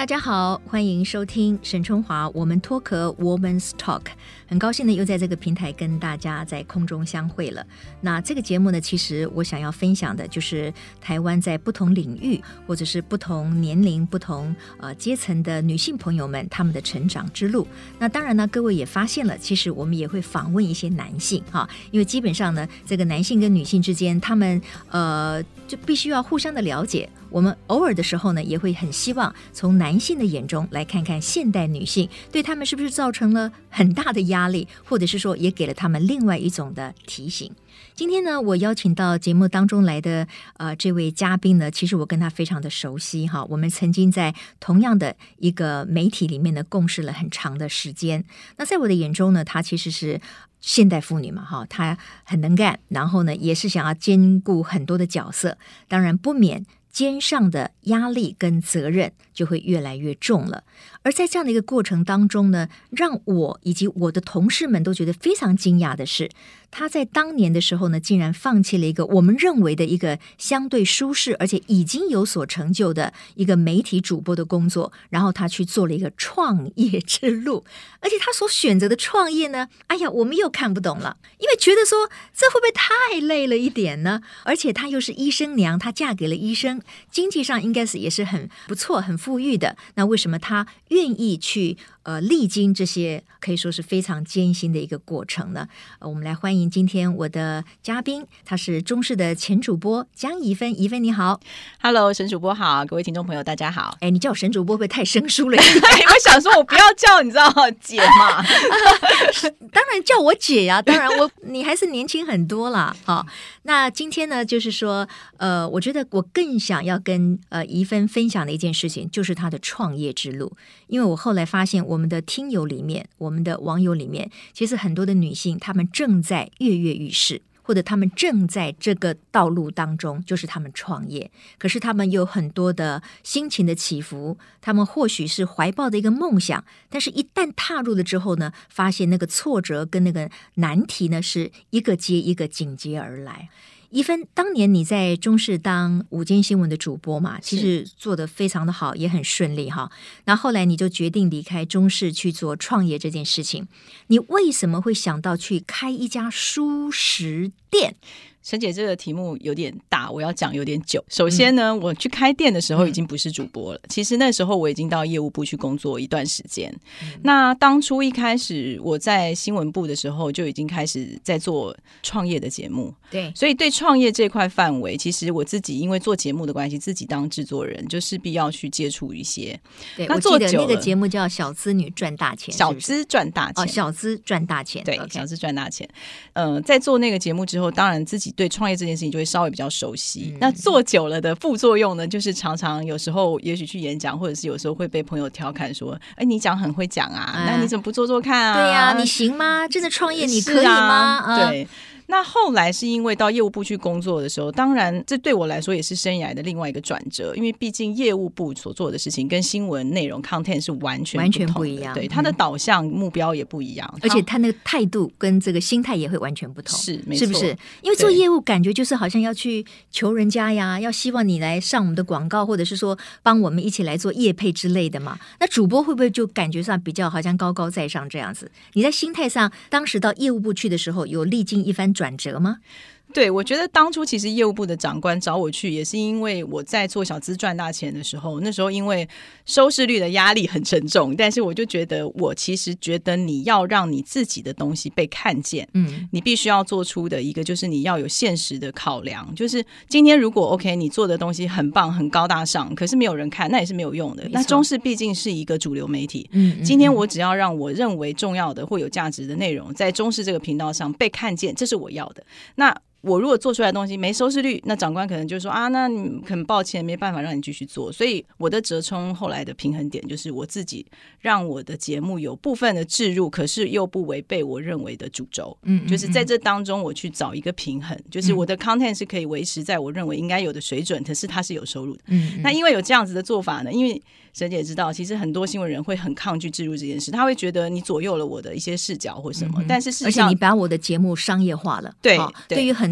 大家好，欢迎收听沈春华我们脱壳 Women's Talk， 很高兴的又在这个平台跟大家在空中相会了。那这个节目呢，其实我想要分享的就是台湾在不同领域或者是不同年龄不同阶层的女性朋友们他们的成长之路。那当然呢，各位也发现了，其实我们也会访问一些男性因为基本上呢，这个男性跟女性之间他们就必须要互相的了解。我们偶尔的时候呢，也会很希望从男性的眼中来看看现代女性对他们是不是造成了很大的压力，或者是说也给了他们另外一种的提醒。今天呢，我邀请到节目当中来的这位嘉宾呢，其实我跟他非常的熟悉我们曾经在同样的一个媒体里面呢共事了很长的时间。那在我的眼中呢，他其实是现代妇女嘛她很能干，然后呢也是想要兼顾很多的角色，当然不免肩上的压力跟责任就会越来越重了。而在这样的一个过程当中呢，让我以及我的同事们都觉得非常惊讶的是，他在当年的时候呢，竟然放弃了一个我们认为的一个相对舒适而且已经有所成就的一个媒体主播的工作，然后他去做了一个创业之路。而且他所选择的创业呢，哎呀，我们又看不懂了，因为觉得说这会不会太累了一点呢？而且她又是医生娘，她嫁给了医生，经济上应该是也是很不错很富裕的，那为什么她愿意去历经这些可以说是非常艰辛的一个过程呢？我们来欢迎今天我的嘉宾，她是中视的前主播江怡芬。怡芬你好。 Hello， 沈主播好，各位听众朋友大家好。 你叫我沈主播会不会太生疏了我想说我不要叫你知道姐嘛当然叫我姐呀，当然你还是年轻很多啦。那今天呢，就是说我觉得我更想要跟怡芬分享的一件事情，就是她的创业之路。因为我后来发现我们的听友里面，我们的网友里面，其实很多的女性她们正在跃跃欲试，或者他们正在这个道路当中，就是他们创业，可是他们有很多的心情的起伏，他们或许是怀抱的一个梦想，但是一旦踏入了之后呢，发现那个挫折跟那个难题呢，是一个接一个紧接而来。怡芬，当年你在中视当午间新闻的主播嘛，其实做得非常的好，也很顺利那后来你就决定离开中视去做创业这件事情，你为什么会想到去开一家蔬食店？ 沈姐这个题目有点大，我要讲有点久。首先呢，我去开店的时候已经不是主播了，其实那时候我已经到业务部去工作一段时间。那当初一开始我在新闻部的时候就已经开始在做创业的节目， 对， 所以对创业这块范围，其实我自己因为做节目的关系，自己当制作人就势必要去接触一些。 对，我记得那个节目叫小资女赚大钱， 小资赚大钱， 小资赚大钱， 对，小资赚大钱。在做那个节目之后，当然自己对创业这件事情就会稍微比较熟悉。那做久了的副作用呢，就是常常有时候也许去演讲，或者是有时候会被朋友调侃说，你讲很会讲啊，那你怎么不做做看啊？ 对呀，你行吗？真的创业你可以吗？ 对。那后来是因为到业务部去工作的时候，当然这对我来说也是生涯的另外一个转折，因为毕竟业务部所做的事情跟新闻内容 content 是完全不一样， 对，它的导向目标也不一样， 而且它那个态度跟这个心态也会完全不同， 是没错， 是不是？因为做业务感觉就是好像要去求人家呀，要希望你来上我们的广告，或者是说帮我们一起来做业配之类的嘛。那主播会不会就感觉上比较好像高高在上这样子？你在心态上当时到业务部去的时候有历经一番转折吗？ 对，我觉得当初其实业务部的长官找我去，也是因为我在做小资赚大钱的时候，那时候因为收视率的压力很沉重，但是我就觉得我其实觉得你要让你自己的东西被看见，你必须要做出的一个就是你要有现实的考量，就是今天如果 OK 你做的东西很棒很高大上，可是没有人看，那也是没有用的。那中视毕竟是一个主流媒体，今天我只要让我认为重要的或有价值的内容在中视这个频道上被看见，这是我要的。那我如果做出来的东西没收视率，那长官可能就说啊，那你很抱歉没办法让你继续做。所以我的折冲后来的平衡点就是我自己让我的节目有部分的置入，可是又不违背我认为的主轴，就是在这当中我去找一个平衡，就是我的 content 是可以维持在我认为应该有的水准，可是它是有收入的。那因为有这样子的做法呢，因为沈姐知道其实很多新闻人会很抗拒置入这件事，他会觉得你左右了我的一些视角或什么，但是事实上而且你把我的节目商业化了， 对， 对于很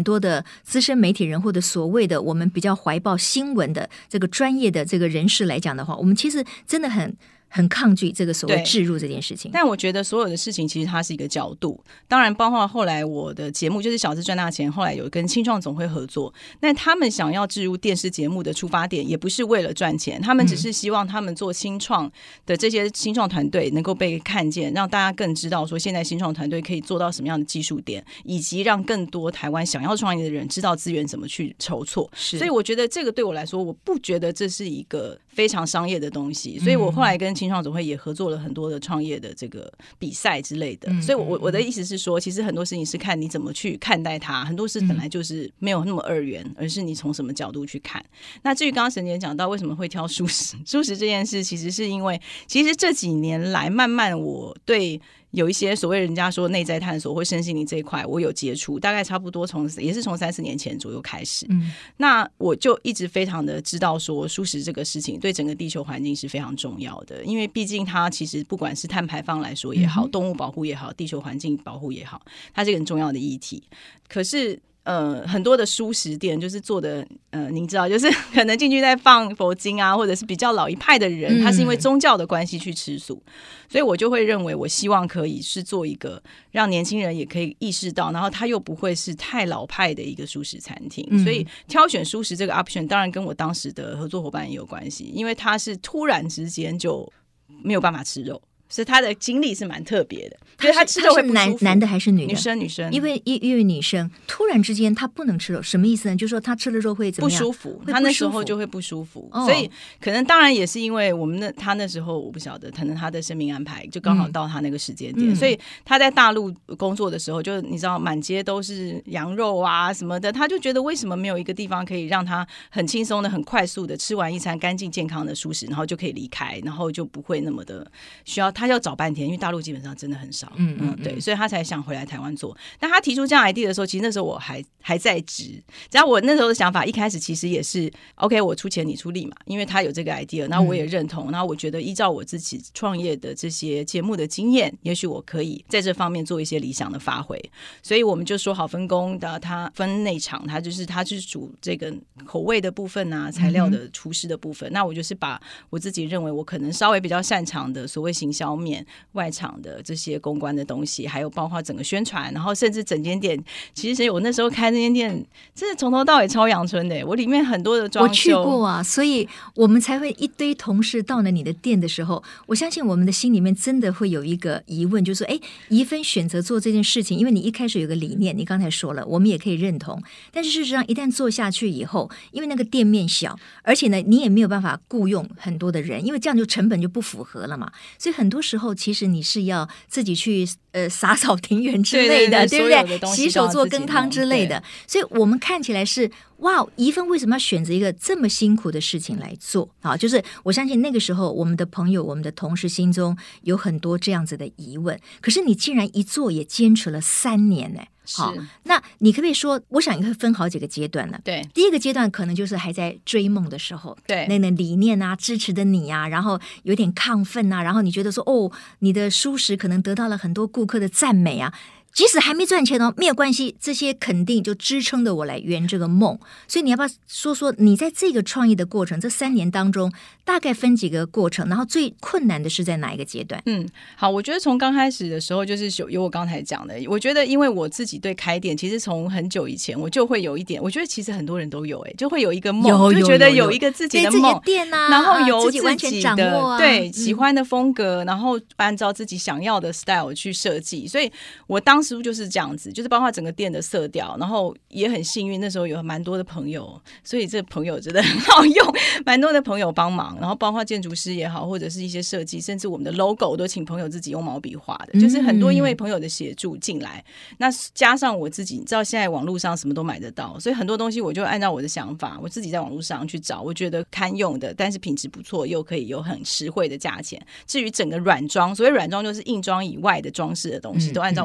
很多的资深媒体人或者所谓的我们比较怀抱新闻的这个专业的这个人士来讲的话，我们其实真的很抗拒这个所谓置入这件事情。 但我觉得所有的事情其实它是一个角度，当然包括后来我的节目就是小资赚大钱，后来有跟青创总会合作，但他们想要置入电视节目的出发点也不是为了赚钱，他们只是希望他们做新创的这些新创团队能够被看见，让大家更知道说现在新创团队可以做到什么样的技术点，以及让更多台湾想要创业的人知道资源怎么去筹措。所以我觉得这个对我来说，我不觉得这是一个非常商业的东西，所以我后来跟青创总会也合作了很多的创业的这个比赛之类的。所以我的意思是说，其实很多事情是看你怎么去看待它，很多事本来就是没有那么二元，而是你从什么角度去看。那至于刚刚沈姐讲到为什么会挑蔬食这件事，其实是因为其实这几年来慢慢我对有一些所谓人家说内在探索或身心灵这一块我有接触，大概差不多也是从3-4年前左右开始。那我就一直非常的知道说蔬食这个事情对整个地球环境是非常重要的，因为毕竟它其实不管是碳排放来说也好，动物保护也好，地球环境保护也好，它是一个很重要的议题。可是很多的蔬食店就是做的您知道，就是可能进去在放佛经啊，或者是比较老一派的人，他是因为宗教的关系去吃素，所以我就会认为我希望可以是做一个让年轻人也可以意识到，然后他又不会是太老派的一个蔬食餐厅。所以挑选蔬食这个 option 当然跟我当时的合作伙伴也有关系，因为他是突然之间就没有办法吃肉，所以他的经历是蛮特别的，就是他吃肉会不舒服。 男的还是女的？ 女生， 因为女生突然之间她不能吃肉，什么意思呢？就是说她吃了肉会怎么样？ 不舒服，她那时候就会不舒服。所以可能当然也是因为他那时候我不晓得，可能他的生命安排就刚好到他那个时间点，所以他在大陆工作的时候，就你知道满街都是羊肉啊什么的，他就觉得为什么没有一个地方可以让他很轻松的、很快速的吃完一餐干净健康的蔬食，然后就可以离开，然后就不会那么的需要他要找半天，因为大陆基本上真的很少。对，所以他才想回来台湾做。但他提出这样 idea 的时候，其实那时候我还在职，只要我那时候的想法一开始其实也是 OK， 我出钱你出力嘛，因为他有这个 idea， 然后我也认同，然后我觉得依照我自己创业的这些节目的经验，也许我可以在这方面做一些理想的发挥，所以我们就说好分工的，他分内场，他就是煮这个口味的部分啊，材料的厨师的部分，那我就是把我自己认为我可能稍微比较擅长的所谓行销面、外场的这些公关的东西，还有包括整个宣传，然后甚至整间店，其实我那时候开那间店真的从头到尾超阳春的，我里面很多的装修我去过啊，所以我们才会一堆同事到了你的店的时候，我相信我们的心里面真的会有一个疑问，就是说怡芬选择做这件事情，因为你一开始有个理念，你刚才说了我们也可以认同，但是事实上一旦做下去以后，因为那个店面小，而且呢你也没有办法雇佣很多的人，因为这样就成本就不符合了嘛，所以很多时候其实你是要自己去洒扫庭园之类的， 对不对？洗手做羹汤之类的，所以我们看起来是哇，怡芬为什么要选择一个这么辛苦的事情来做啊？就是我相信那个时候我们的朋友、我们的同事心中有很多这样子的疑问，可是你竟然一做也坚持了3年呢。好，那你可不可以说，我想你会分好几个阶段呢？ 对， 第一个阶段可能就是还在追梦的时候， 对， 那理念啊，支持的你啊，然后有点亢奋啊，然后你觉得说，哦，你的蔬食可能得到了很多顾客的赞美啊。即使还没赚钱哦，没有关系，这些肯定就支撑着我来圆这个梦。所以你要不要说说你在这个创业的过程，这3年当中大概分几个过程，然后最困难的是在哪一个阶段？ 好，我觉得从刚开始的时候就是有我刚才讲的，我觉得因为我自己对开店，其实从很久以前我就会有一点，我觉得其实很多人都有就会有一个梦，就觉得有一个自己的梦， 店啊， 然后有自己完全掌握啊， 对，喜欢的风格，然后按照自己想要的 style 去设计。所以我当时就是这样子，就是包括整个店的色调，然后也很幸运那时候有蛮多的朋友，所以这朋友真的很好用，蛮多的朋友帮忙，然后包括建筑师也好，或者是一些设计，甚至我们的 logo 都请朋友自己用毛笔画的，就是很多因为朋友的协助进来，那加上我自己，你知道现在网络上什么都买得到，所以很多东西我就按照我的想法，我自己在网络上去找我觉得堪用的，但是品质不错又可以有很实惠的价钱。至于整个软装，所谓软装就是硬装以外的装饰的东西，都按照我自己想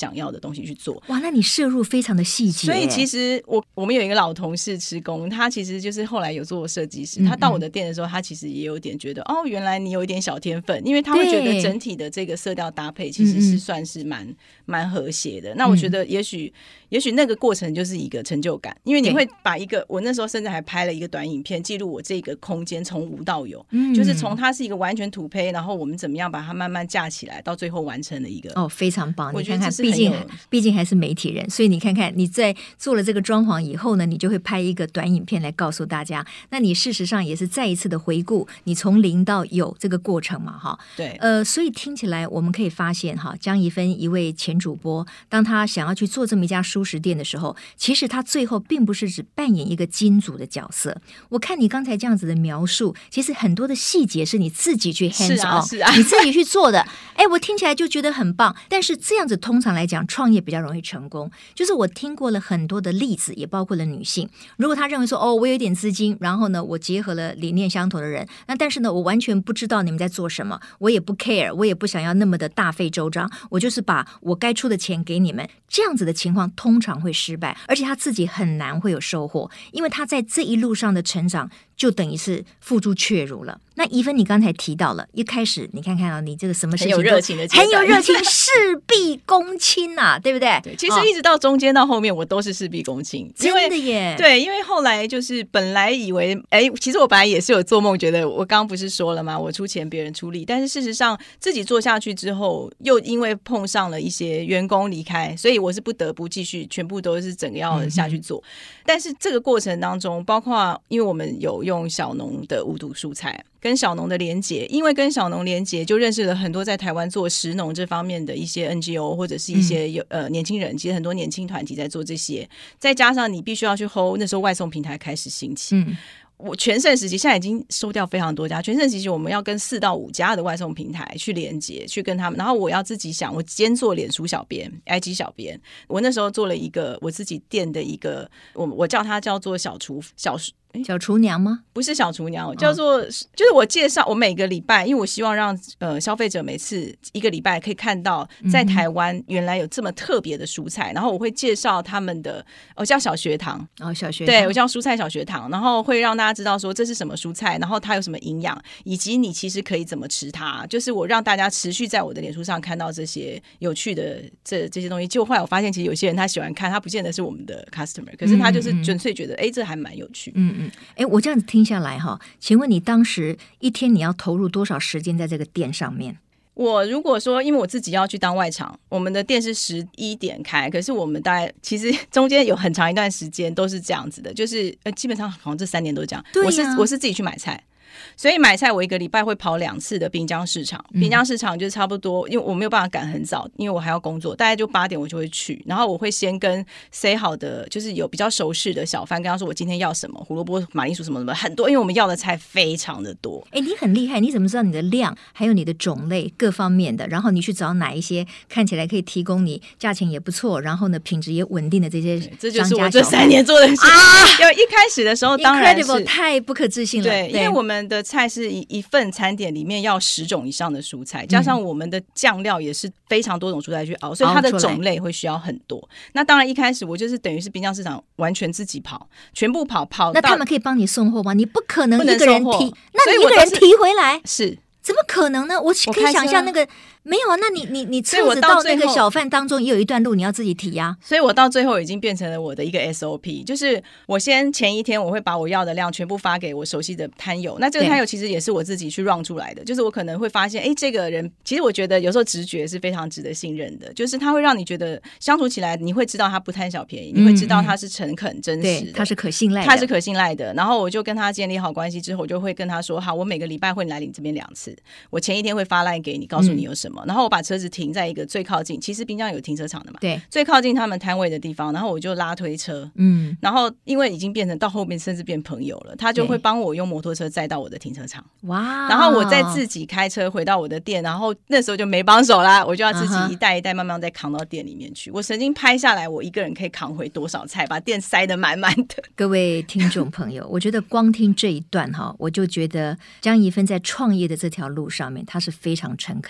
想要的东西去做。 哇，那你摄入非常的细节。 所以其实我们有一个老同事吃工，他其实就是后来有做设计师，他到我的店的时候，他其实也有点觉得哦，原来你有一点小天分，因为他会觉得整体的这个色调搭配其实是算是蛮和谐的。那我觉得也许那个过程就是一个成就感，因为你会把一个，我那时候甚至还拍了一个短影片记录我这个空间从无到有，就是从它是一个完全土坯，然后我们怎么样把它慢慢架起来，到最后完成了一个非常棒。 我觉得你看看，毕竟还是媒体人，所以你看看你在做了这个装潢以后呢，你就会拍一个短影片来告诉大家，那你事实上也是再一次的回顾你从零到有这个过程嘛，哈。 对， 所以听起来我们可以发现哈，江怡芬一位前主播，当他想要去做这么一家蔬食店的时候，其实他最后并不是只扮演一个金主的角色。我看你刚才这样子的描述，其实很多的细节是你自己去 hands on，你自己去做的。我听起来就觉得很棒。但是这样子通常来讲，创业比较容易成功。就是我听过了很多的例子，也包括了女性。如果她认为说，我有一点资金，然后呢，我结合了理念相同的人，那但是呢，我完全不知道你们在做什么，我也不 care， 我也不想要那么的大费周章，我就是把我该出的钱给你们。这样子的情况通常会失败，而且他自己很难会有收获，因为他在这一路上的成长就等于是付诸阙如了。那怡芬，你刚才提到了一开始你看看你这个什么事情很有热情的， 很有热情，事必躬亲啊，对不对？ 对，其实一直到中间到后面，我都是事必躬亲， 真的耶。 对，因为后来就是本来以为，其实我本来也是有做梦，觉得我刚刚不是说了吗？我出钱，别人出力，但是事实上自己做下去之后，又因为碰上了一些员工离开，所以我是不得不继续，全部都是整个要下去做。但是这个过程当中，包括因为我们有用小农的无毒蔬菜。跟小农的连结，因为跟小农连结，就认识了很多在台湾做食农这方面的一些 NGO 或者是一些年轻人，其实很多年轻团体在做这些，再加上你必须要去 hold， 那时候外送平台开始兴起。我全盛时期现在已经收掉非常多家，全盛时期我们要跟4到5家的外送平台去连结，去跟他们，然后我要自己想，我兼做脸书小编 IG 小编，我那时候做了一个我自己店的一个，我叫它叫做小厨娘吗？ 不是小厨娘，叫做就是我介绍，我每个礼拜，因为我希望让消费者每次一个礼拜可以看到在台湾原来有这么特别的蔬菜，然后我会介绍他们的，我叫小学堂， 小学堂， 对，我叫蔬菜小学堂，然后会让大家知道说这是什么蔬菜，然后它有什么营养，以及你其实可以怎么吃它，就是我让大家持续在我的脸书上看到这些有趣的这些东西。结果后来我发现，其实有些人他喜欢看，他不见得是我们的 customer， 可是他就是纯粹觉得这还蛮有趣。 我这样子听下来哈，请问你当时一天你要投入多少时间在这个店上面？ 我如果说，因为我自己要去当外场，我们的店是11点开，可是我们大概其实中间有很长一段时间都是这样子的，就是基本上好像这3年都是这样。 对我是自己去买菜。所以买菜我一个礼拜会跑2次的滨江市场，滨江市场就差不多，因为我没有办法赶很早，因为我还要工作，大概就8点我就会去，然后我会先跟 say 好的，就是有比较熟识的小贩跟他说我今天要什么，胡萝卜马铃薯什么什么很多，因为我们要的菜非常的多。 你很厉害，你怎么知道你的量还有你的种类各方面的，然后你去找哪一些看起来可以提供你价钱也不错，然后呢品质也稳定的这些商家， 这就是我这3年做的事因为一开始的时候当然是太不可置信了。 对，因为我们的菜是一份餐点里面要10种以上的蔬菜，加上我们的酱料也是非常多种蔬菜去熬，所以它的种类会需要很多。那当然一开始我就是等于是滨江市场完全自己跑，全部跑那他们可以帮你送货吗？你不可能一个人提， 那你一个人提回来是怎么可能呢？我可以想象那个没有啊，那你车子到那个小贩当中也有一段路你要自己提啊。 所以我到最后已经变成了我的一个 SOP， 就是我前一天我会把我要的量全部发给我熟悉的摊友，那这个摊友其实也是我自己去 run 出来的，就是我可能会发现这个人其实我觉得有时候直觉是非常值得信任的，就是他会让你觉得相处起来你会知道他不贪小便宜，你会知道他是诚恳真实的， 他是可信赖的， 然后我就跟他建立好关系之后，我就会跟他说好，我每个礼拜会来你这边2次，我前一天会发 line 给你告诉你有什么，然后我把车子停在一个最靠近，其实滨江有停车场的嘛， 对， 最靠近他们摊位的地方，然后我就拉推车，然后因为已经变成到后面甚至变朋友了，他就会帮我用摩托车载到我的停车场， 哇， 然后我再自己开车回到我的店，然后那时候就没帮手啦，我就要自己一袋一袋慢慢再扛到店里面去。我曾经拍下来我一个人可以扛回多少菜，把店塞得满满的。 各位听众朋友，我觉得光听这一段我就觉得江怡芬在创业的这条路上面她是非常诚恳的，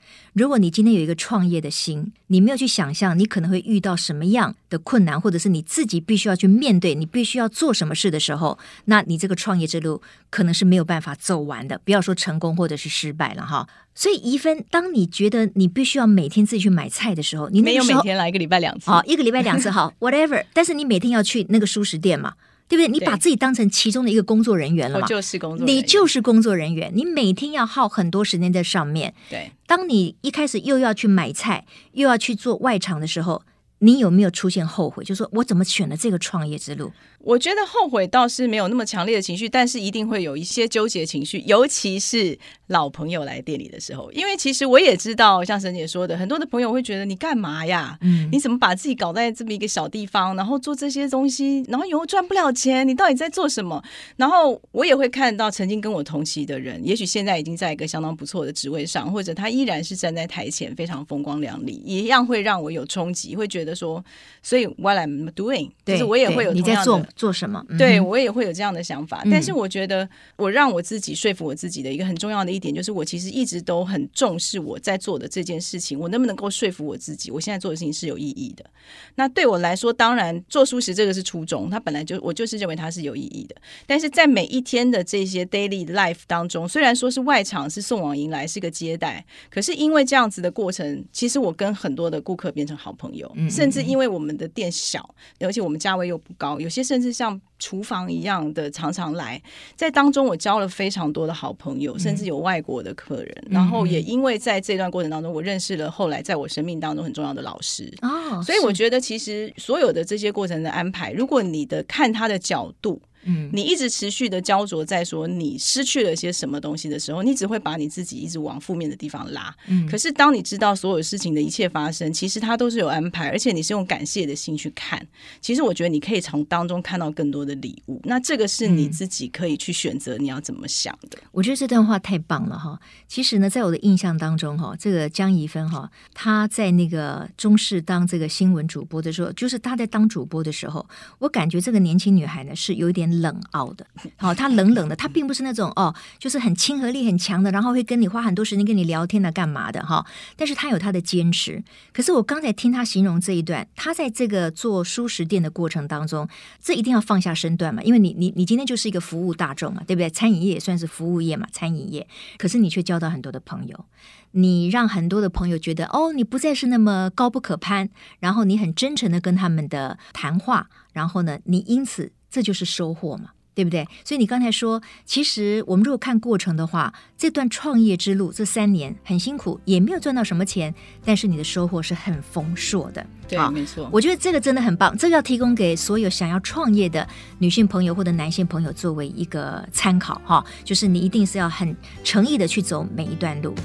如果你今天有一个创业的心，你没有去想象你可能会遇到什么样的困难，或者是你自己必须要去面对，你必须要做什么事的时候，那你这个创业之路可能是没有办法走完的，不要说成功或者是失败了哈。所以怡芬，当你觉得你必须要每天自己去买菜的时候，你那个时候没有每天来，1个礼拜2次， 1个礼拜2次好whatever， 但是你每天要去那个蔬食店嘛，对不对？你把自己当成其中的一个工作人员了嘛？ 我就是工作人员， 你就是工作人员，你每天要耗很多时间在上面。 对， 当你一开始又要去买菜，又要去做外场的时候，你有没有出现后悔？就说我怎么选了这个创业之路？ 我觉得后悔倒是没有那么强烈的情绪，但是一定会有一些纠结情绪，尤其是老朋友来店里的时候。因为其实我也知道，像沈姐说的，很多的朋友会觉得你干嘛呀？你怎么把自己搞在这么一个小地方，然后做这些东西，然后以后赚不了钱，你到底在做什么？然后我也会看到曾经跟我同期的人，也许现在已经在一个相当不错的职位上，或者他依然是站在台前非常风光亮丽，也一样会让我有冲击，会觉得说，所以 what I'm doing， 就是我也会有同样的你在做什么？ 对，我也会有这样的想法。但是我觉得我让我自己说服我自己的一个很重要的一点，就是我其实一直都很重视我在做的这件事情，我能不能够说服我自己我现在做的事情是有意义的。那对我来说，当然做蔬食这个是初衷，它本来就我就是认为它是有意义的。但是在每一天的这些 daily life 当中，虽然说是外场是送往迎来是个接待，可是因为这样子的过程，其实我跟很多的顾客变成好朋友，甚至因为我们的店小，而且我们价位又不高，有些甚至像厨房一样的常常来，在当中我交了非常多的好朋友，甚至有外国的客人，然后也因为在这段过程当中，我认识了后来在我生命当中很重要的老师。所以我觉得其实所有的这些过程的安排，如果你的看他的角度，你一直持续的焦灼在说你失去了些什么东西的时候，你只会把你自己一直往负面的地方拉。可是当你知道所有事情的一切发生，其实它都是有安排，而且你是用感谢的心去看，其实我觉得你可以从当中看到更多的礼物。那这个是你自己可以去选择你要怎么想的。 我觉得这段话太棒了哈。其实呢，在我的印象当中哈，这个江怡芬哈，她在那个中视当这个新闻主播的时候，就是她在当主播的时候，我感觉这个年轻女孩呢是有一点冷傲的。好，她冷冷的，她并不是那种就是很亲和力很强的，然后会跟你花很多时间跟你聊天的干嘛的哈。但是她有她的坚持。可是我刚才听她形容这一段，她在这个做蔬食店的过程当中，这一定要放下身段嘛，因为你今天就是一个服务大众嘛，对不对？餐饮业也算是服务业嘛，餐饮业。可是你却交到很多的朋友，你让很多的朋友觉得你不再是那么高不可攀，然后你很真诚的跟他们的谈话，然后呢，你因此这就是收获嘛。对不对？所以你刚才说，其实我们如果看过程的话，这段创业之路这3年很辛苦，也没有赚到什么钱，但是你的收获是很丰硕的。 对，没错。 我觉得这个真的很棒，这个要提供给所有想要创业的女性朋友或者男性朋友作为一个参考哈，就是你一定是要很诚意的去走每一段路。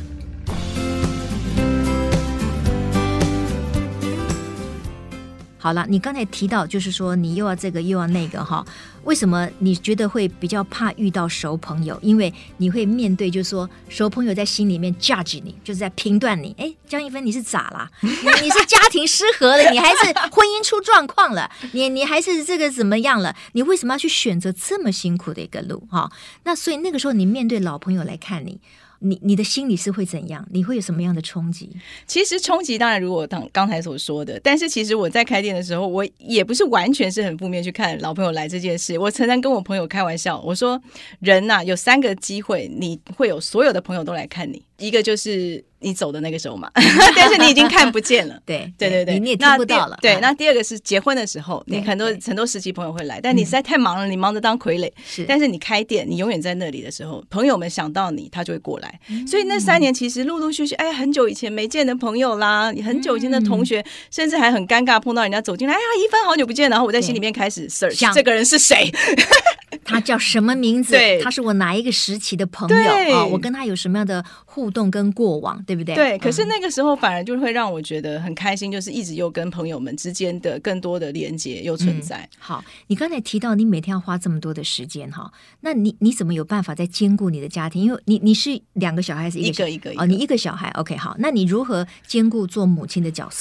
好了，你刚才提到就是说你又要这个又要那个哈，为什么你觉得会比较怕遇到熟朋友？因为你会面对就是说熟朋友在心里面 judge 你，就是在评断你。哎，江怡芬你是咋啦？你是家庭失和了，你还是婚姻出状况了，你还是这个怎么样了？你为什么要去选择这么辛苦的一个路哈？那所以那个时候你面对老朋友来看你的心里是会怎样？你会有什么样的冲击？ 其实冲击当然如我刚才所说的，但是其实我在开店的时候，我也不是完全是很负面去看老朋友来这件事。我常常跟我朋友开玩笑，我说人啊，有3个机会你会有所有的朋友都来看你，一个就是你走的那个时候嘛，但是你已经看不见了。 对，你也听不到了。 对，那第2个是结婚的时候，你很多时期朋友会来，但你实在太忙了，你忙着当傀儡。但是你开店，你永远在那里的时候，朋友们想到你，他就会过来。所以那3年其实陆陆续续，很久以前没见的朋友啦，很久以前的同学，甚至还很尴尬碰到人家走进来，怡芬好久不见，然后我在心里面开始 search 这个人是谁。 他叫什么名字？他是我哪一个时期的朋友？我跟他有什么样的互动跟过往，对不对？ 对，可是那个时候反而就会让我觉得很开心，就是一直又跟朋友们之间的更多的连结又存在。 好，你刚才提到你每天要花这么多的时间哈，那你怎么有办法在兼顾你的家庭？因为你是2个小孩还是一个？ 一个你1个小孩 OK 好，那你如何兼顾做母亲的角色？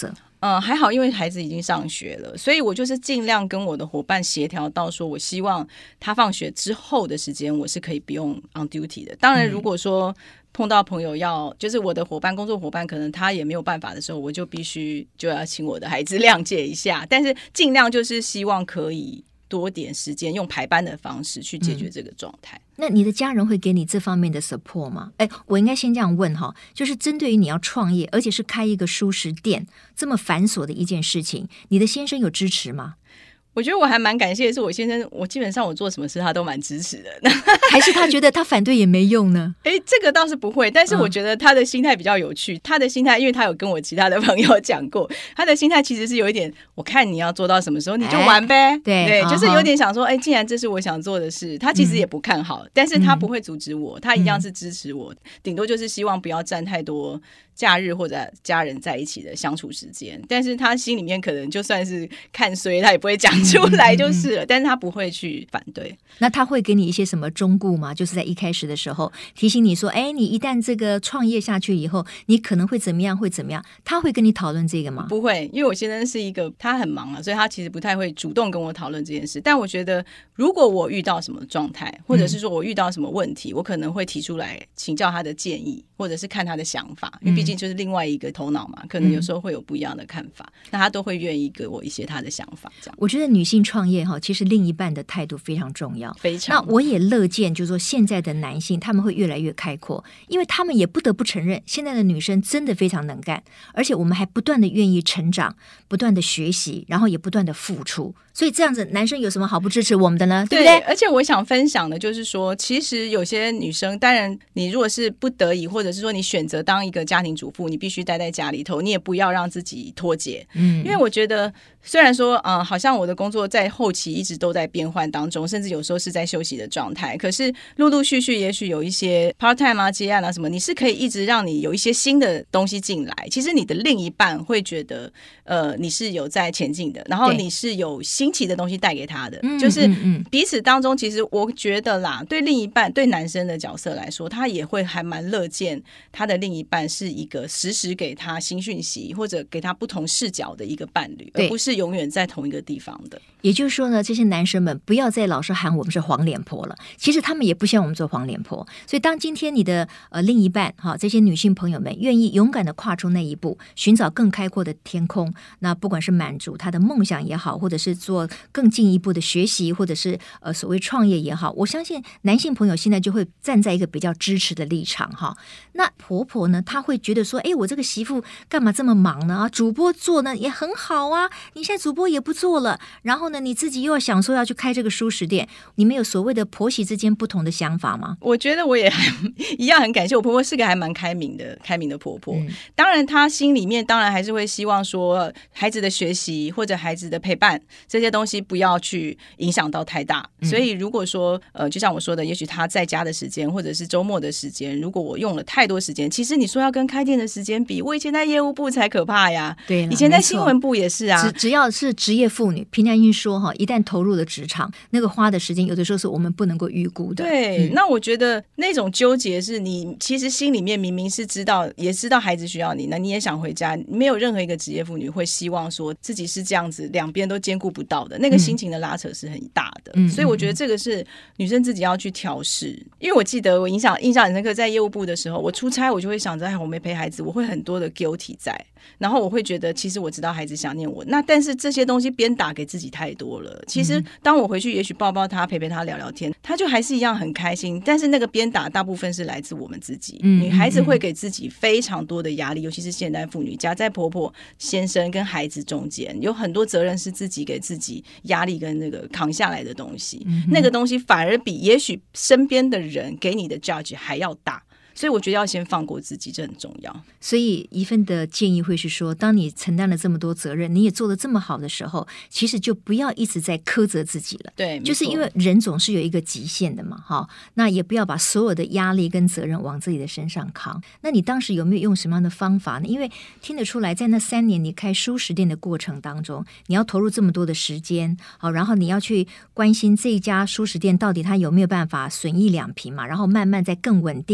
还好，因为孩子已经上学了，所以我就是尽量跟我的伙伴协调到说，我希望他放学之后的时间我是可以不用 on duty 的。当然如果说碰到朋友就是我的工作伙伴可能他也没有办法的时候，我就必须就要请我的孩子谅解一下，但是尽量就是希望可以多点时间用排班的方式去解决这个状态。 那你的家人会给你这方面的 support 吗？我应该先这样问哈，就是针对于你要创业而且是开一个蔬食店这么繁琐的一件事情，你的先生有支持吗？ 我觉得我还蛮感谢的是我先生，我基本上我做什么事他都蛮支持的。 还是他觉得他反对也没用呢？ 这个倒是不会，但是我觉得他的心态比较有趣。他的心态，因为他有跟我其他的朋友讲过，他的心态其实是有一点，我看你要做到什么时候你就玩呗。对，就是有点想说，既然这是我想做的事，他其实也不看好，但是他不会阻止我，他一样是支持我，顶多就是希望不要占太多假日或者家人在一起的相处时间，但是他心里面可能就算是看衰他也不会讲出来就是了，但是他不会去反对。 那他会给你一些什么忠告吗？就是在一开始的时候提醒你说，你一旦这个创业下去以后你可能会怎么样会怎么样，他会跟你讨论这个吗？ 不会，因为我先生是一个他很忙所以他其实不太会主动跟我讨论这件事，但我觉得如果我遇到什么状态或者是说我遇到什么问题，我可能会提出来请教他的建议，或者是看他的想法，因为毕竟就是另外一个头脑嘛，可能有时候会有不一样的看法，那他都会愿意给我一些他的想法这样。 我觉得女性创业其实另一半的态度非常重要， 非常。 那我也乐见就是说现在的男性他们会越来越开阔，因为他们也不得不承认现在的女生真的非常能干，而且我们还不断的愿意成长，不断的学习，然后也不断的付出，所以这样子男生有什么好不支持我们的呢？ 对不对？ 而且我想分享的就是说，其实有些女生，当然你如果是不得已或者是说你选择当一个家庭主妇，你必须待在家里头，你也不要让自己脱节。因为我觉得虽然说好像我的工作在后期一直都在变换当中，甚至有时候是在休息的状态，可是陆陆续续也许有一些 part time 接案什么，你是可以一直让你有一些新的东西进来，其实你的另一半会觉得你是有在前进的，然后你是有新奇的东西带给他的，就是彼此当中其实我觉得啦，对另一半对男生的角色来说，他也会还蛮乐见他的另一半是一个时时给他新讯息或者给他不同视角的一个伴侣，而不是永远在同一个地方的。 也就是说呢，这些男生们不要再老是喊我们是黄脸婆了，其实他们也不希望我们做黄脸婆。所以当今天你的另一半这些女性朋友们愿意勇敢的跨出那一步，寻找更开阔的天空，那不管是满足他的梦想也好，或者是做更进一步的学习，或者是所谓创业也好，我相信男性朋友现在就会站在一个比较支持的立场哈。那婆婆呢，她会觉得说，我这个媳妇干嘛这么忙呢？主播做呢也很好啊，你现在主播也不做了，然后呢你自己又要想说要去开这个蔬食店，你们有所谓的婆媳之间不同的想法吗？ 我觉得我也一样很感谢我婆婆，是个还蛮开明的婆婆。当然她心里面当然还是会希望说孩子的学习或者孩子的陪伴这些东西不要去影响到太大，所以如果说就像我说的，也许她在家的时间或者是周末的时间，如果我用了太多时间，其实你说要跟开店的时间比，我以前在业务部才可怕呀。对，以前在新闻部也是啊。 只要是职业妇女，平常心说一旦投入了职场，那个花的时间有的时候是我们不能够预估的。 对，那我觉得那种纠结是你其实心里面明明是知道，也知道孩子需要你，那你也想回家，没有任何一个职业妇女会希望说自己是这样子两边都兼顾不到的，那个心情的拉扯是很大的。所以我觉得这个是女生自己要去调试。因为我记得我印象很深刻，在业务部的时候，我出差我就会想着我没陪孩子，我会很多的 guilty 在，然后我会觉得其实我知道孩子想念我，那但是这些东西鞭打给自己太多了。其实当我回去也许抱抱他，陪陪他聊聊天，他就还是一样很开心，但是那个鞭打大部分是来自我们自己。女孩子会给自己非常多的压力，尤其是现代妇女夹在婆婆先生跟孩子中间，有很多责任是自己给自己压力跟那个扛下来的东西，那个东西反而比也许身边的人给你的 judge 还要大，所以我觉得要先放过自己，这很重要。 所以怡芬的建议会是说，当你承担了这么多责任，你也做得这么好的时候，其实就不要一直在苛责自己了。 对， 就是因为人总是有一个极限的嘛，那也不要把所有的压力跟责任往自己的身上扛。那你当时有没有用什么样的方法呢？因为听得出来，在那3年你开蔬食店的过程当中，你要投入这么多的时间，然后你要去关心这一家蔬食店到底它有没有办法损益两平嘛，然后慢慢再更稳定，对不对？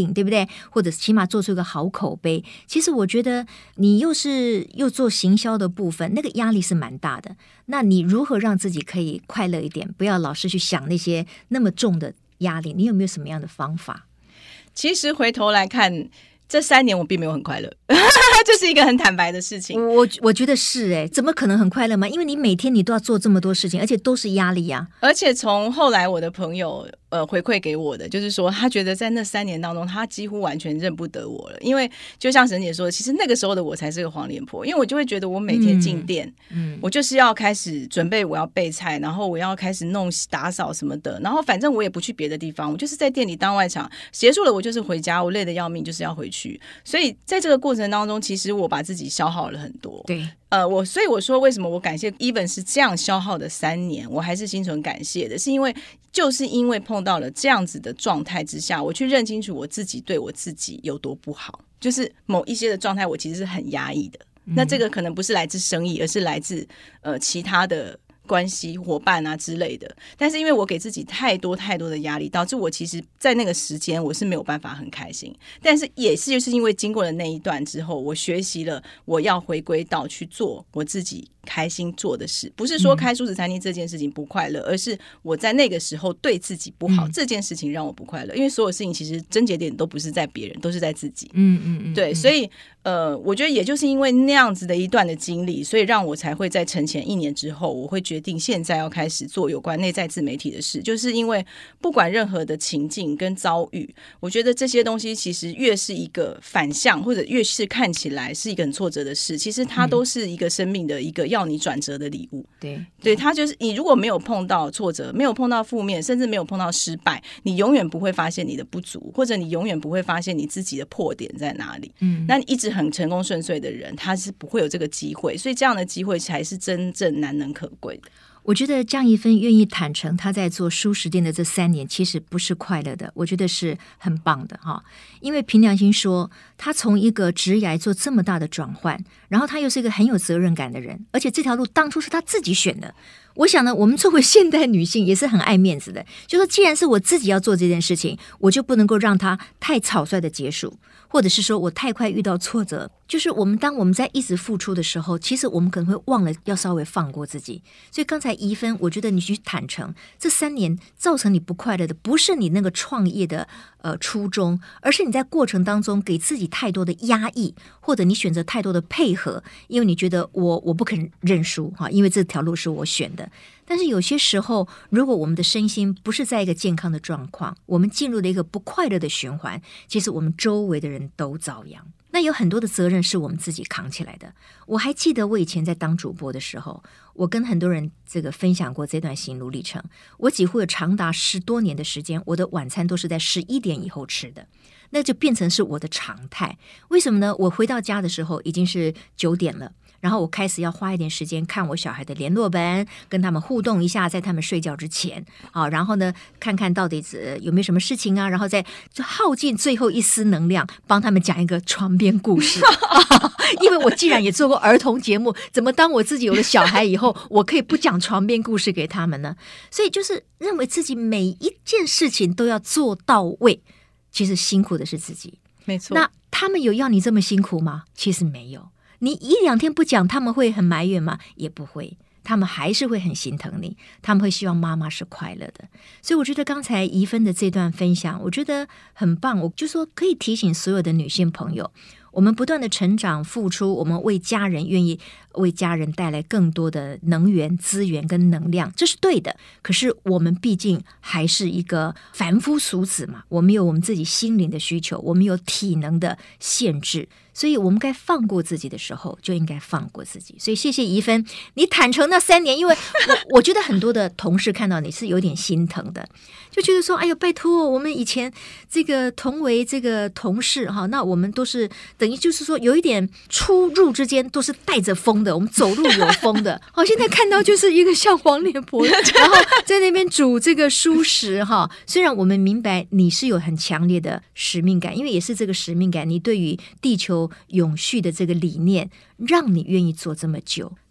或者起码做出一个好口碑。其实我觉得你又做行销的部分，那个压力是蛮大的。那你如何让自己可以快乐一点，不要老是去想那些那么重的压力？你有没有什么样的方法？ 其实回头来看，这3年我并没有很快乐，这是一个很坦白的事情。 我觉得是怎么可能很快乐吗？因为你每天你都要做这么多事情，而且都是压力啊。 而且从后来我的朋友回馈给我的，就是说他觉得在那3年当中，他几乎完全认不得我了。因为就像沈姐说的，其实那个时候的我才是个黄脸婆，因为我就会觉得我每天进店，我就是要开始准备我要备菜，然后我要开始弄打扫什么的，然后反正我也不去别的地方，我就是在店里当外场，结束了我就是回家，我累得要命，就是要回去。所以在这个过程当中，其实我把自己消耗了很多。 对， 所以我说为什么我感谢 Even 是这样消耗的3年，我还是心存感谢的，是因为就是因为碰到了这样子的状态之下，我去认清楚我自己对我自己有多不好，就是某一些的状态我其实是很压抑的。那这个可能不是来自生意，而是来自其他的关系伙伴啊之类的。但是因为我给自己太多的压力，导致我其实在那个时间我是没有办法很开心。但是也是就是因为经过了那一段之后，我学习了我要回归到去做我自己开心做的事，不是说开素食餐厅这件事情不快乐，而是我在那个时候对自己不好，这件事情让我不快乐。因为所有事情其实症结点都不是在别人，都是在自己。对，所以我觉得也就是因为那样子的一段的经历，所以让我才会在成前1年之后，我会决定现在要开始做有关内在自媒体的事。就是因为不管任何的情境跟遭遇，我觉得这些东西其实越是一个反向，或者越是看起来是一个很挫折的事，其实它都是一个生命的一个要你转折的礼物。对，它就是你如果没有碰到挫折，没有碰到负面，甚至没有碰到失败，你永远不会发现你的不足，或者你永远不会发现你自己的破点在哪里。那你一直很成功顺遂的人，他是不会有这个机会，所以这样的机会才是真正难能可贵的。 我觉得江一芬愿意坦诚她在做蔬食店的这3年其实不是快乐的，我觉得是很棒的哈。因为凭良心说，她从一个职涯做这么大的转换，然后她又是一个很有责任感的人，而且这条路当初是她自己选的。我想呢，我们作为现代女性也是很爱面子的，就说既然是我自己要做这件事情，我就不能够让它太草率的结束，或者是说我太快遇到挫折。就是当我们在一直付出的时候，其实我们可能会忘了要稍微放过自己。所以刚才怡芬，我觉得你去坦诚，这3年造成你不快乐的不是你那个创业的初衷，而是你在过程当中给自己太多的压抑，或者你选择太多的配合，因为你觉得我不肯认输哈，因为这条路是我选的。但是有些时候，如果我们的身心不是在一个健康的状况，我们进入了一个不快乐的循环，其实我们周围的人都遭殃。那有很多的责任是我们自己扛起来的。我还记得我以前在当主播的时候，我跟很多人分享过这段心路历程。我几乎有长达10多年的时间，我的晚餐都是在11点以后吃的，那就变成是我的常态。为什么呢？我回到家的时候已经是9点了，然后我开始要花一点时间看我小孩的联络本，跟他们互动一下，在他们睡觉之前然后呢看看到底有没有什么事情啊，然后再就耗尽最后一丝能量帮他们讲一个床边故事因为我既然也做过儿童节目，怎么当我自己有了小孩以后我可以不讲床边故事给他们呢？所以就是认为自己每一件事情都要做到位，其实辛苦的是自己。 没错。 那他们有要你这么辛苦吗？其实没有。你1-2天不讲，他们会很埋怨吗？也不会，他们还是会很心疼你，他们会希望妈妈是快乐的。所以我觉得刚才怡芬的这段分享，我觉得很棒。我就说可以提醒所有的女性朋友，我们不断的成长付出，我们为家人愿意为家人带来更多的能源资源跟能量，这是对的。可是我们毕竟还是一个凡夫俗子嘛，我们有我们自己心灵的需求，我们有体能的限制，所以我们该放过自己的时候就应该放过自己。所以谢谢怡芬你坦诚那3年，因为我觉得很多的同事看到你是有点心疼的，就觉得说哎呦拜托，我们以前同为同事那我们都是等于就是说有一点出入之间都是带着风的，我们走路有风的现在看到就是一个像黄脸婆然后在那边煮蔬食虽然我们明白你是有很强烈的使命感，因为也是这个使命感，你对于地球永续的这个理念让你愿意做这么久，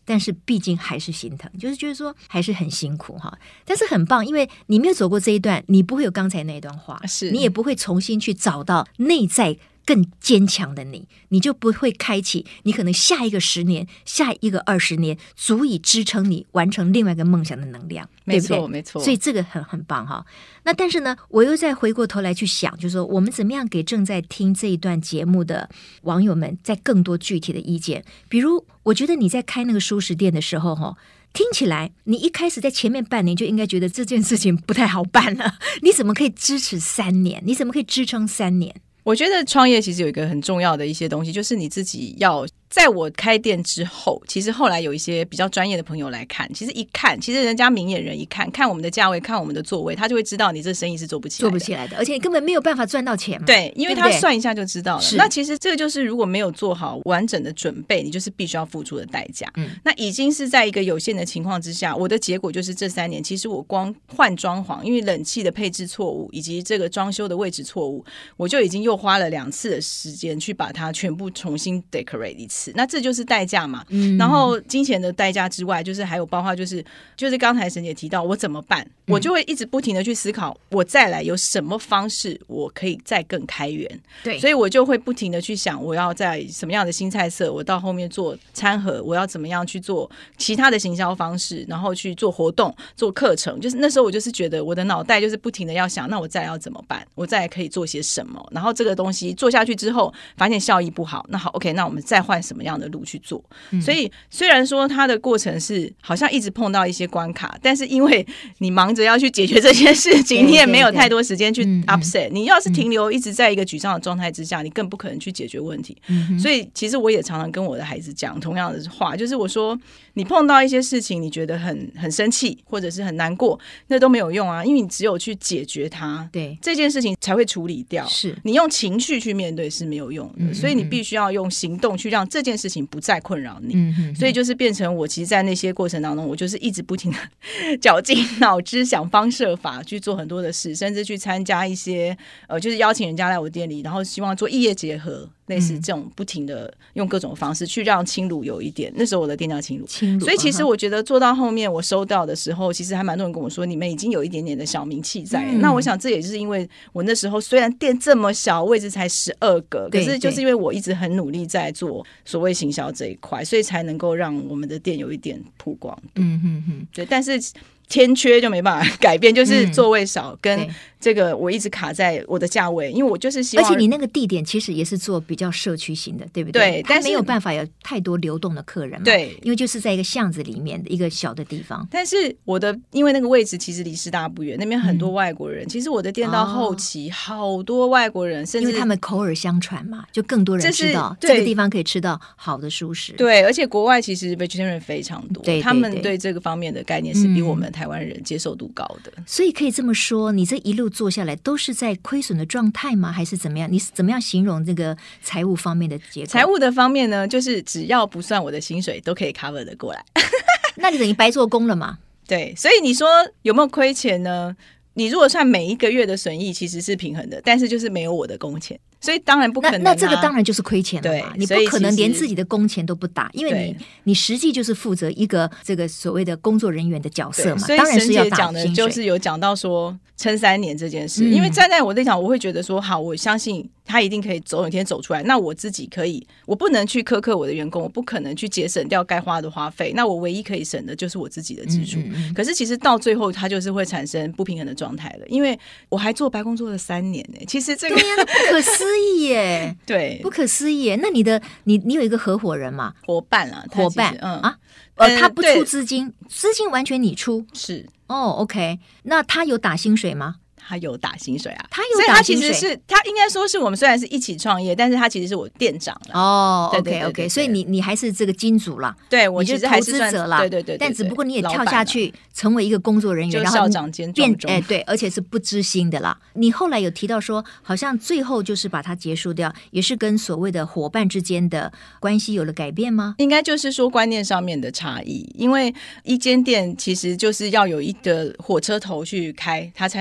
但是毕竟还是心疼，就是觉得说还是很辛苦哈。但是很棒，因为你没有走过这一段，你不会有刚才那一段话， 是你也不会重新去找到内在更坚强的你就不会开启你可能下一个10年下一个20年足以支撑你完成另外一个梦想的能量，对不对？ 没错， 所以这个很棒哈。那但是呢，我又再回过头来去想，就是说我们怎么样给正在听这一段节目的网友们再更多具体的意见。比如我觉得你在开那个蔬食店的时候听起来你一开始在前面半年就应该觉得这件事情不太好办了，你怎么可以支持3年？你怎么可以支撑3年？ 我觉得创业其实有一个很重要的一些东西，就是你自己要在我开店之后，其实后来有一些比较专业的朋友来看，其实一看，其实人家明眼人一看我们的价位，看我们的座位，他就会知道你这生意是做不起来的， 而且你根本没有办法赚到钱嘛。 对，因为他算一下就知道了。 是， 那其实这个就是如果没有做好完整的准备，你就是必须要付出的代价。那已经是在一个有限的情况之下，我的结果就是这3年，其实我光换装潢，因为冷气的配置错误以及这个装修的位置错误，我就已经又花了2次的时间去把它全部重新 decorate 一次。那这就是代价嘛。然后金钱的代价之外，就是还有包括就是刚才沈姐提到我怎么办，我就会一直不停的去思考，我再来有什么方式我可以再更开源。 对， 所以我就会不停的去想，我要在什么样的新菜色，我到后面做餐盒，我要怎么样去做其他的行销方式，然后去做活动做课程。就是那时候我就是觉得我的脑袋就是不停的要想，那我再来要怎么办，我再来可以做些什么，然后这个东西做下去之后发现效益不好，那好 OK， 那我们再换什么样的路去做。所以虽然说它的过程是好像一直碰到一些关卡，但是因为你忙着要去解决这件事情，你也没有太多时间去 upset。你要是停留一直在一个沮丧的状态之下，你更不可能去解决问题。所以其实我也常常跟我的孩子讲同样的话，就是我说你碰到一些事情你觉得很生气或者是很难过，那都没有用啊，因为你只有去解决它，对这件事情才会处理掉。是你用情绪去面对是没有用的，所以你必须要用行动去让这件事情不再困扰你。所以就是变成我其实在那些过程当中，我就是一直不停的绞尽脑汁想方设法去做很多的事，甚至去参加一些就是邀请人家来我店里，然后希望做异业结合，类似这种不停的用各种方式去让轻乳有一点，那时候我的店叫轻乳，所以其实我觉得做到后面我收到的时候，其实还蛮多人跟我说你们已经有一点点的小名气在。那我想这也是因为我那时候虽然店这么小，位置才12个，可是就是因为我一直很努力在做所谓行销这一块，所以才能够让我们的店有一点曝光度。对，但是天缺就没办法改变，就是座位少跟这个我一直卡在我的价位，因为我就是希望， 而且你那个地点其实也是做比较社区型的，对不对？对，但没有办法有太多流动的客人嘛。对，因为就是在一个巷子里面的一个小的地方。 但是我的因为那个位置其实离师大不远，那边很多外国人。其实我的店到后期好多外国人，甚至因为他们口耳相传嘛，就更多人知道这个地方可以吃到好的蔬食。 对，而且国外其实 vegetarian 非常多，对，他们对这个方面的概念是比我们台湾人接受度高的。 所以可以这么说，你这一路做下来都是在亏损的状态吗？还是怎么样？你怎么样形容这个财务方面的结构？ 财务的方面呢，就是只要不算我的薪水都可以 cover 得过来。 那你等于白做工了嘛？ 对，所以你说有没有亏钱呢？你如果算每一个月的损益其实是平衡的，但是就是没有我的工钱，所以当然不可能。 那这个当然就是亏钱了嘛，你不可能连自己的工钱都不打，因为你实际就是负责一个这个所谓的工作人员的角色嘛，当然是要打薪水。 讲的就是有讲到说撑3年这件事，因为站在我立场，我会觉得说，好，我相信他一定可以有一天走出来。那我自己可以，我不能去苛刻我的员工，我不可能去节省掉该花的花费。那我唯一可以省的就是我自己的支出。可是其实到最后，它就是会产生不平衡的状态了，因为我还做白工做了3年呢。其实这个对呀，不可思议耶， 对， 不可思议耶。那你有一个合伙人嘛？ 伙伴啊， 伙伴他不出资金，资金完全你出是。 OK， 那他有打薪水吗？ 他有打薪水啊， 他有打薪水， 所以他其实是他应该说是我们虽然是一起创业，但是他其实是我店长了。 OK， 所以你还是这个金主啦， 对，我其实还是投资者啦， 对， 但只不过你也跳下去成为一个工作人员， 然后校长兼庄中， 对，而且是不知心的啦。你后来有提到说，好像最后就是把它结束掉，也是跟所谓的伙伴之间的关系有了改变吗？ 应该就是说观念上面的差异，因为一间店其实就是要有一个火车头去开，它才能够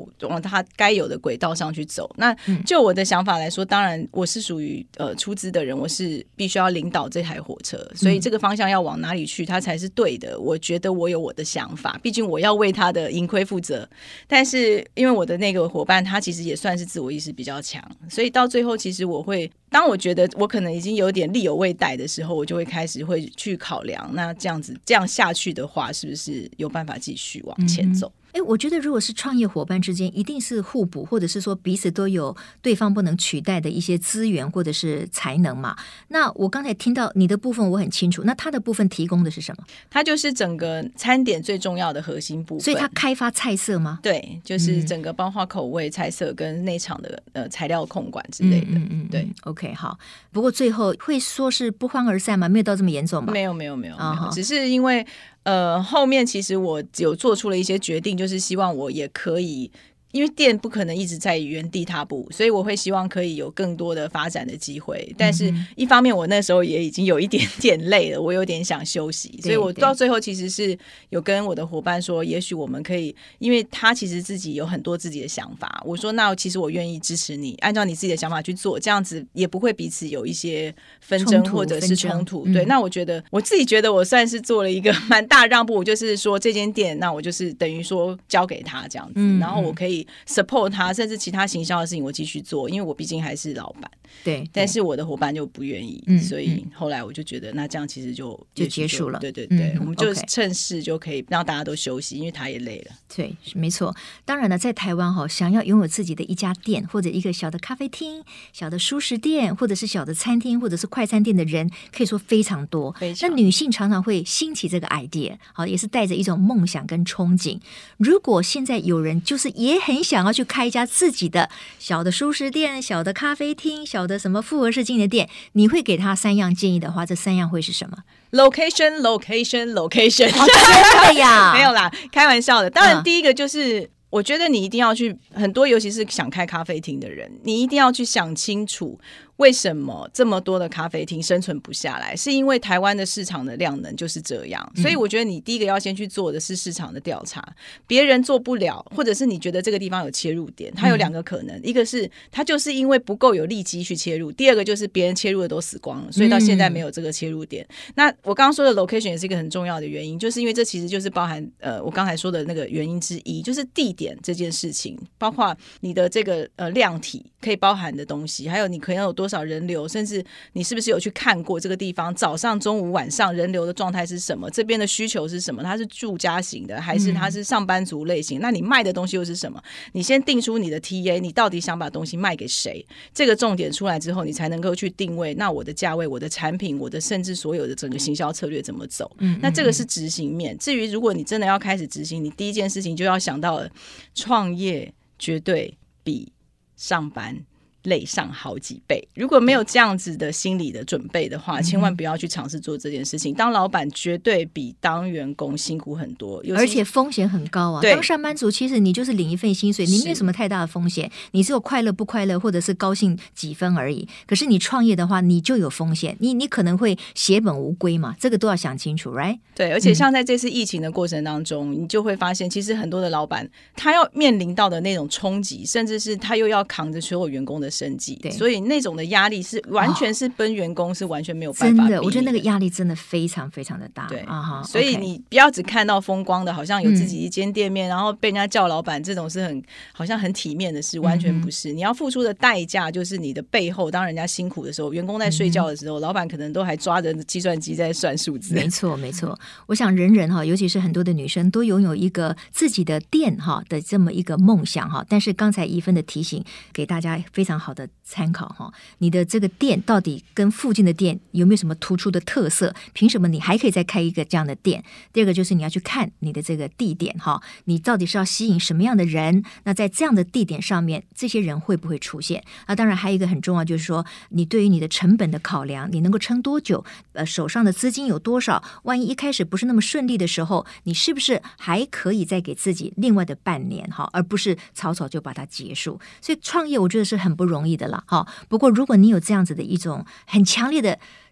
往他该有的轨道上去走。那就我的想法来说，当然我是属于出资的人，我是必须要领导这台火车，所以这个方向要往哪里去，它才是对的。我觉得我有我的想法，毕竟我要为他的盈亏负责。但是因为我的那个伙伴，他其实也算是自我意识比较强，所以到最后其实我会，当我觉得我可能已经有点力有未逮的时候，我就会开始会去考量，那这样下去的话，是不是有办法继续往前走？ 我觉得如果是创业伙伴之间，一定是互补，或者是说彼此都有对方不能取代的一些资源或者是才能嘛。那我刚才听到你的部分我很清楚，那他的部分提供的是什么？ 它就是整个餐点最重要的核心部分。 所以他开发菜色吗？ 对，就是整个包括口味、菜色跟内场的材料控管之类的。对 ，OK， 好。不过最后会说是不欢而散吗？没有到这么严重吧？ 没有，只是因为后面其实我有做出了一些决定，就是希望我也可以，因为店不可能一直在原地踏步，所以我会希望可以有更多的发展的机会。但是一方面我那时候也已经有一点点累了，我有点想休息，所以我到最后其实是有跟我的伙伴说，也许我们可以，因为他其实自己有很多自己的想法，我说那其实我愿意支持你，按照你自己的想法去做，这样子也不会彼此有一些纷争或者是冲突。对，那我觉得我自己觉得我算是做了一个蛮大让步，就是说这间店那我就是等于说交给他这样子，然后我可以support 他，甚至其他行销的事情我继续做，因为我毕竟还是老板。 对， 但是我的伙伴就不愿意，所以后来我就觉得那这样其实就结束了。 对，我们就趁势就可以让大家都休息，因为他也累了。 对，没错。当然了，在台湾想要拥有自己的一家店，或者一个小的咖啡厅、小的蔬食店，或者是小的餐厅，或者是快餐店的人，可以说非常多。那女性常常会兴起这个 idea， 也是带着一种梦想跟憧憬。如果现在有人就是也很想要去开一家自己的小的蔬食店、小的咖啡厅、小的什么复合式经营的店，你会给他3样建议的话，这3样会是什么？ Location 真的呀？ 没有啦，开玩笑的。当然第一个就是我觉得你一定要去，很多尤其是想开咖啡厅的人，你一定要去想清楚为什么这么多的咖啡厅生存不下来，是因为台湾的市场的量能就是这样。所以我觉得你第一个要先去做的是市场的调查，别人做不了，或者是你觉得这个地方有切入点，它有2个可能，一个是它就是因为不够有利基去切入，第二个就是别人切入的都死光了，所以到现在没有这个切入点。那我刚刚说的 location 也是一个很重要的原因，就是因为这其实就是包含我刚才说的那个原因之一，就是地点这件事情，包括你的这个量体可以包含的东西，还有你可能有多少人流，甚至你是不是有去看过这个地方早上、中午、晚上人流的状态是什么，这边的需求是什么，它是住家型的还是它是上班族类型，那你卖的东西又是什么，你先定出你的 TA， 你到底想把东西卖给谁，这个重点出来之后，你才能够去定位，那我的价位、我的产品、我的甚至所有的整个行销策略怎么走。那这个是执行面。至于如果你真的要开始执行，你第一件事情就要想到了，创业绝对比上班累上好几倍，如果没有这样子的心理的准备的话，千万不要去尝试做这件事情。当老板绝对比当员工辛苦很多， 而且风险很高啊。当上班族其实你就是领一份薪水，你没有什么太大的风险，你只有快乐不快乐或者是高兴几分而已。可是你创业的话，你就有风险，你可能会血本无归嘛，这个都要想清楚 right？ 对，而且像在这次疫情的过程当中，你就会发现其实很多的老板他要面临到的那种冲击，甚至是他又要扛着所有员工的生计，所以那种的压力是完全是跟员工是完全没有办法比拟的。 真的，我觉得那个压力真的非常非常的大。 对所以你不要只看到风光的，好像有自己一间店面，然后被人家叫老板，这种是好像很体面的事，完全不是。你要付出的代价就是你的背后，当人家辛苦的时候，员工在睡觉的时候，老板可能都还抓着计算机在算数字。 没错没错，我想人人尤其是很多的女生都拥有一个自己的店的这么一个梦想。但是刚才怡芬的提醒给大家非常好的参考，你的这个店到底跟附近的店有没有什么突出的特色，凭什么你还可以再开一个这样的店。第二个就是你要去看你的这个地点，你到底是要吸引什么样的人，那在这样的地点上面这些人会不会出现。当然还有一个很重要，就是说你对于你的成本的考量，你能够撑多久，手上的资金有多少，万一一开始不是那么顺利的时候，你是不是还可以再给自己另外的半年，而不是草草就把它结束。所以创业我觉得是很不容易的啦。不过如果你有这样子的一种很强烈的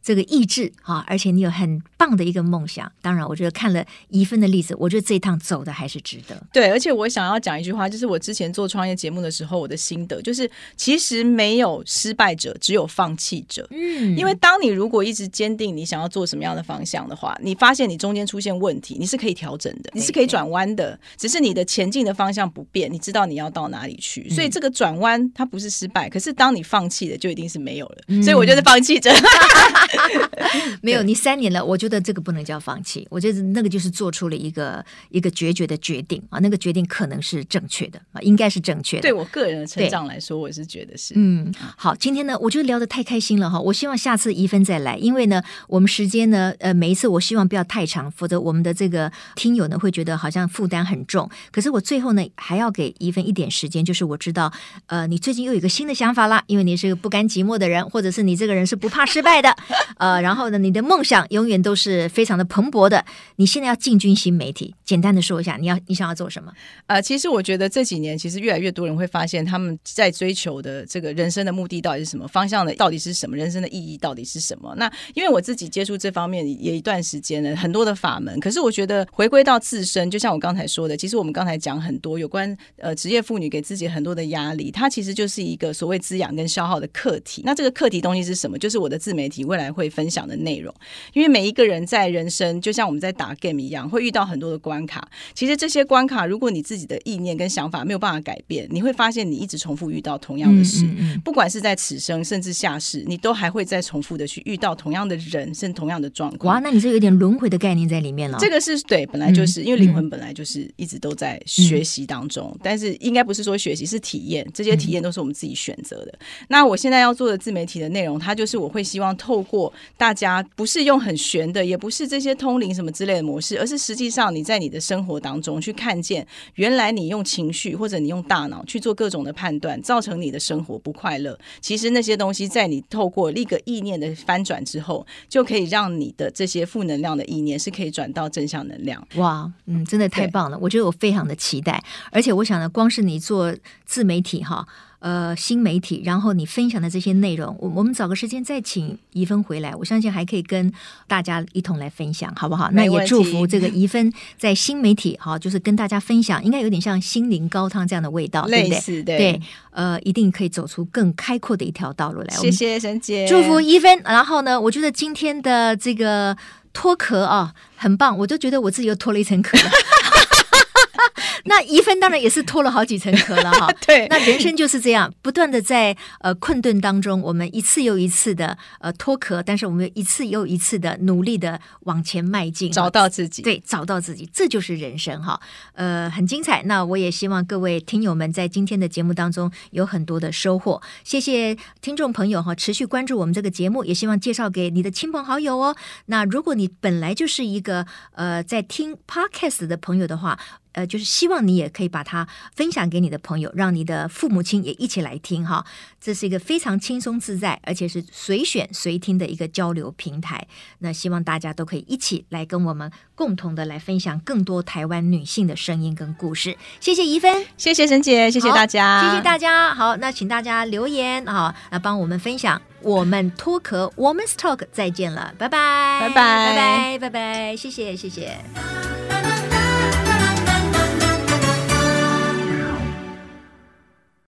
这个意志啊，而且你有很棒的一个梦想。当然我觉得看了怡芬的例子，我觉得这一趟走的还是值得。 对，而且我想要讲一句话，就是我之前做创业节目的时候我的心得，就是其实没有失败者，只有放弃者。因为当你如果一直坚定你想要做什么样的方向的话，你发现你中间出现问题，你是可以调整的，你是可以转弯的，只是你的前进的方向不变，你知道你要到哪里去。所以这个转弯它不是失败，可是当你放弃了就一定是没有了。所以我就是放弃者。 没有，你3年了，我觉得这个不能叫放弃，我觉得那个就是做出了一个决绝的决定啊，那个决定可能是正确的啊，应该是正确的。 对我个人的成长来说，我是觉得是。 好，今天呢，我觉得聊得太开心了哈，我希望下次怡芬再来，因为呢，我们时间呢，每一次我希望不要太长，否则我们的这个听友呢会觉得好像负担很重。可是我最后呢，还要给怡芬一点时间，就是我知道，你最近又有一个新的想法啦，因为你是个不甘寂寞的人，或者是你这个人是不怕失败的，然后呢，你的梦想永远都是非常的蓬勃的。你现在要进军新媒体，简单的说一下，你想要做什么？ 其实我觉得这几年，其实越来越多人会发现，他们在追求的这个人生的目的到底是什么，方向的到底是什么，人生的意义到底是什么。那因为我自己接触这方面也一段时间了，很多的法门，可是我觉得回归到自身，就像我刚才说的，其实我们刚才讲很多有关职业妇女给自己很多的压力，它其实就是一个所谓滋养跟消耗的课题。那这个课题东西是什么？就是我的自媒体未来会分享的内容。因为每一个人在人生就像我们在打 game 一样，会遇到很多的关卡，其实这些关卡如果你自己的意念跟想法没有办法改变，你会发现你一直重复遇到同样的事，不管是在此生甚至下世，你都还会再重复的去遇到同样的人甚至同样的状况。 哇，那你这有点轮回的概念在里面了。 这个是对，本来就是因为灵魂本来就是一直都在学习当中，但是应该不是说学习，是体验，这些体验都是我们自己选择的。那我现在要做的自媒体的内容，它就是我会希望透过大家不是用很玄的，也不是这些通灵什么之类的模式，而是实际上你在你的生活当中去看见，原来你用情绪或者你用大脑去做各种的判断，造成你的生活不快乐。其实那些东西在你透过一个意念的翻转之后，就可以让你的这些负能量的意念是可以转到正向能量。 哇，真的太棒了！我觉得我非常的期待，而且我想呢，光是你做自媒体哈。新媒体，然后你分享的这些内容，我们找个时间再请怡芬回来，我相信还可以跟大家一同来分享，好不好？那也祝福这个怡芬在新媒体，好，就是跟大家分享，应该有点像心灵高汤这样的味道，对不对？ 类似的， 对，一定可以走出更开阔的一条道路来。 谢谢沈姐， 祝福怡芬。然后呢，我觉得今天的这个脱壳啊，很棒，我就觉得我自己又脱了一层壳了。那怡芬当然也是脱了好几层壳了哈。 对， 那人生就是这样，不断的在困顿当中，我们一次又一次的脱壳，但是我们一次又一次的努力的往前迈进， 找到自己。 对，找到自己，这就是人生哈。很精彩。那我也希望各位听友们在今天的节目当中有很多的收获。谢谢听众朋友哈，持续关注我们这个节目，也希望介绍给你的亲朋好友哦。那如果你本来就是一个在听 podcast 的朋友的话，就是希望你也可以把它分享给你的朋友，让你的父母亲也一起来听哈。这是一个非常轻松自在，而且是随选随听的一个交流平台。那希望大家都可以一起来跟我们共同的来分享更多台湾女性的声音跟故事。谢谢怡芬， 谢谢沈姐，谢谢大家， 谢谢大家。好，那请大家留言啊，来帮我们分享。我们脱壳 Women's Talk 再见了，拜拜， 拜拜， 拜拜，拜拜，谢谢，谢谢。